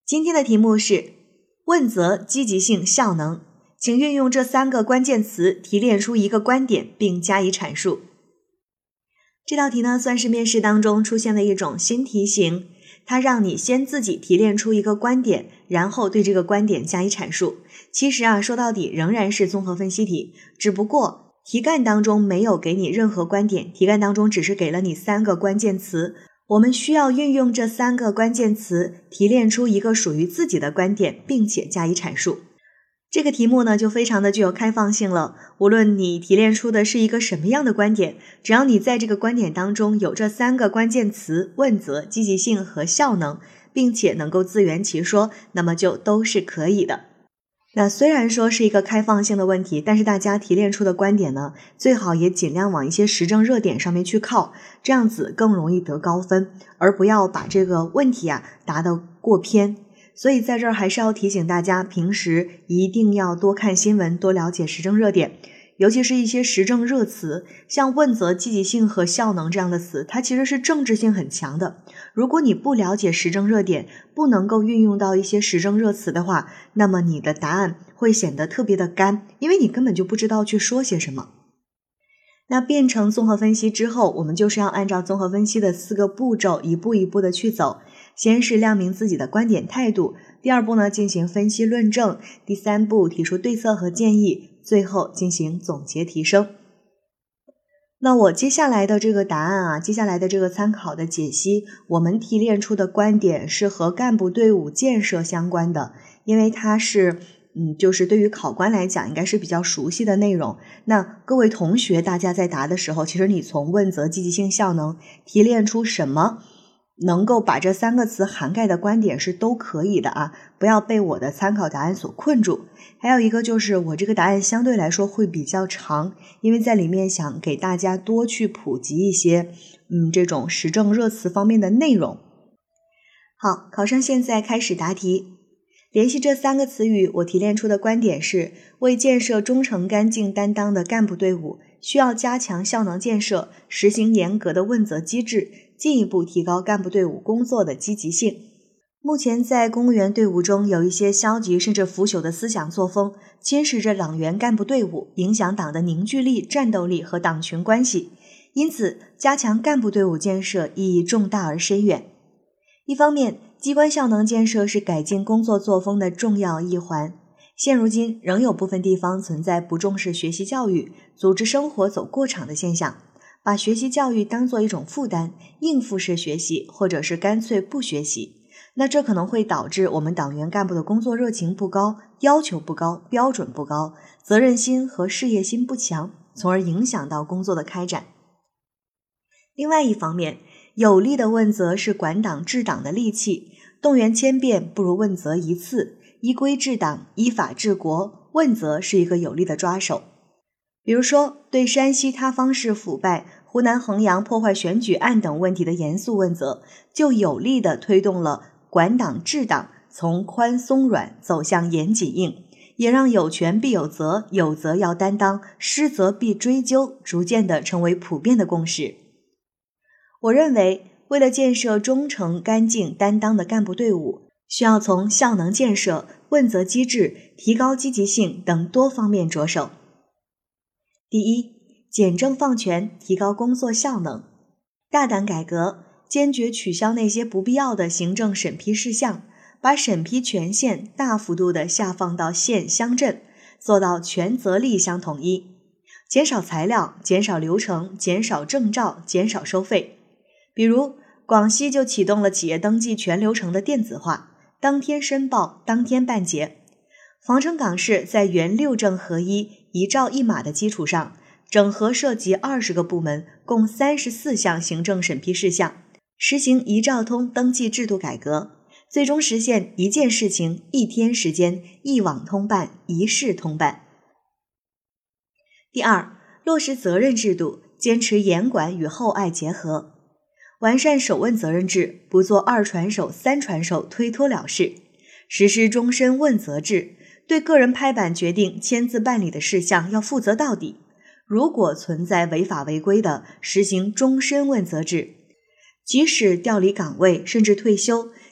今天的题目是问责、积极性、效能，请运用这3个关键词提炼出一个观点并加以阐述。这道题呢，算是面试当中出现的一种新题型，它让你先自己提炼出一个观点，然后对这个观点加以阐述。其实说到底仍然是综合分析题，只不过题干当中没有给你任何观点，题干当中只是给了你3个关键词，我们需要运用这3个关键词提炼出一个属于自己的观点，并且加以阐述。这个题目呢，就非常的具有开放性了，无论你提炼出的是一个什么样的观点，只要你在这个观点当中有这3个关键词问责、积极性和效能，并且能够自圆其说，那么就都是可以的。那虽然说是一个开放性的问题，但是大家提炼出的观点呢，最好也尽量往一些时政热点上面去靠，这样子更容易得高分，而不要把这个问题答得过偏。所以在这儿还是要提醒大家，平时一定要多看新闻，多了解时政热点，尤其是一些时政热词，像问责、积极性和效能这样的词，它其实是政治性很强的。如果你不了解时政热点，不能够运用到一些时政热词的话，那么你的答案会显得特别的干，因为你根本就不知道去说些什么。那变成综合分析之后，我们就是要按照综合分析的4个步骤一步一步的去走。先是亮明自己的观点态度，第2步呢进行分析论证，第3步提出对策和建议，最后进行总结提升。那我接下来的这个答案接下来的这个参考的解析，我们提炼出的观点是和干部队伍建设相关的，因为它是就是对于考官来讲应该是比较熟悉的内容。那各位同学，大家在答的时候，其实你从问责、积极性、效能提炼出什么能够把这3个词涵盖的观点是都可以的不要被我的参考答案所困住。还有一个就是我这个答案相对来说会比较长，因为在里面想给大家多去普及一些这种时政热词方面的内容。好，考生现在开始答题。联系这3个词语，我提炼出的观点是，为建设忠诚、干净、担当的干部队伍，需要加强效能建设，实行严格的问责机制，进一步提高干部队伍工作的积极性。目前在公务员队伍中有一些消极甚至腐朽的思想作风，侵蚀着党员干部队伍，影响党的凝聚力、战斗力和党群关系。因此，加强干部队伍建设意义重大而深远。一方面，机关效能建设是改进工作作风的重要一环。现如今，仍有部分地方存在不重视学习教育、组织生活走过场的现象，把学习教育当作一种负担，应付式学习，或者是干脆不学习。那这可能会导致我们党员干部的工作热情不高，要求不高，标准不高，责任心和事业心不强，从而影响到工作的开展。另外一方面，有力的问责是管党治党的利器，动员千变不如问责一次，依规治党，依法治国，问责是一个有力的抓手。比如说，对山西塌方式腐败、湖南衡阳破坏选举案等问题的严肃问责，就有力地推动了管党治党从宽松软走向严紧硬，也让有权必有责，有责要担当，失责必追究，逐渐地成为普遍的共识。我认为，为了建设忠诚、干净、担当的干部队伍，需要从效能建设、问责机制、提高积极性等多方面着手。第一，简政放权，提高工作效能，大胆改革，坚决取消那些不必要的行政审批事项，把审批权限大幅度地下放到县乡镇，做到权责利相统一，减少材料，减少流程，减少证照，减少收费。比如，广西就启动了企业登记全流程的电子化，当天申报，当天办结。防城港市在原6证合一、一照一码的基础上，整合涉及20个部门，共34项行政审批事项，实行一照通登记制度改革，最终实现一件事情1天时间，一网通办，一事通办。第二，落实责任制度，坚持严管与厚爱结合，完善首问责任制，不做2传手、3传手推脱了事，实施终身问责制，对个人拍板决定签字办理的事项要负责到底，如果存在违法违规的，实行终身问责制，即使调离岗位甚至退休，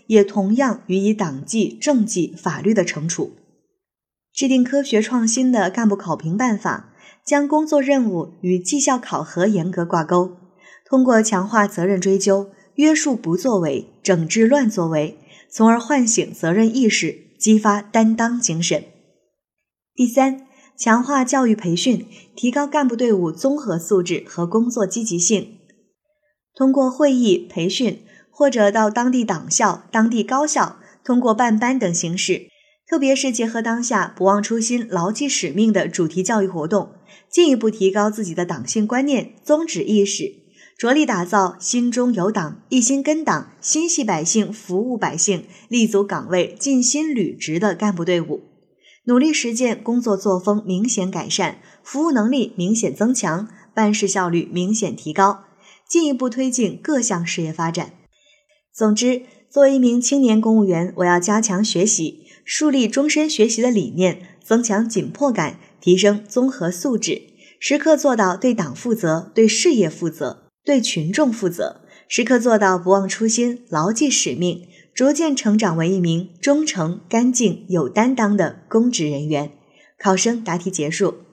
也同样予以党纪、政纪、法律的惩处。制定科学创新的干部考评办法，将工作任务与绩效考核严格挂钩，通过强化责任追究，约束不作为，整治乱作为，从而唤醒责任意识，激发担当精神。第三，强化教育培训，提高干部队伍综合素质和工作积极性。通过会议、培训，或者到当地党校、当地高校，通过办班等形式，特别是结合当下不忘初心、牢记使命的主题教育活动，进一步提高自己的党性观念、宗旨意识，着力打造心中有党、一心跟党、心系百姓、服务百姓、立足岗位、尽心履职的干部队伍，努力实践工作作风明显改善，服务能力明显增强，办事效率明显提高，进一步推进各项事业发展。总之，作为一名青年公务员，我要加强学习，树立终身学习的理念，增强紧迫感，提升综合素质，时刻做到对党负责、对事业负责、对群众负责，时刻做到不忘初心、牢记使命，逐渐成长为一名忠诚、干净、有担当的公职人员。考生答题结束。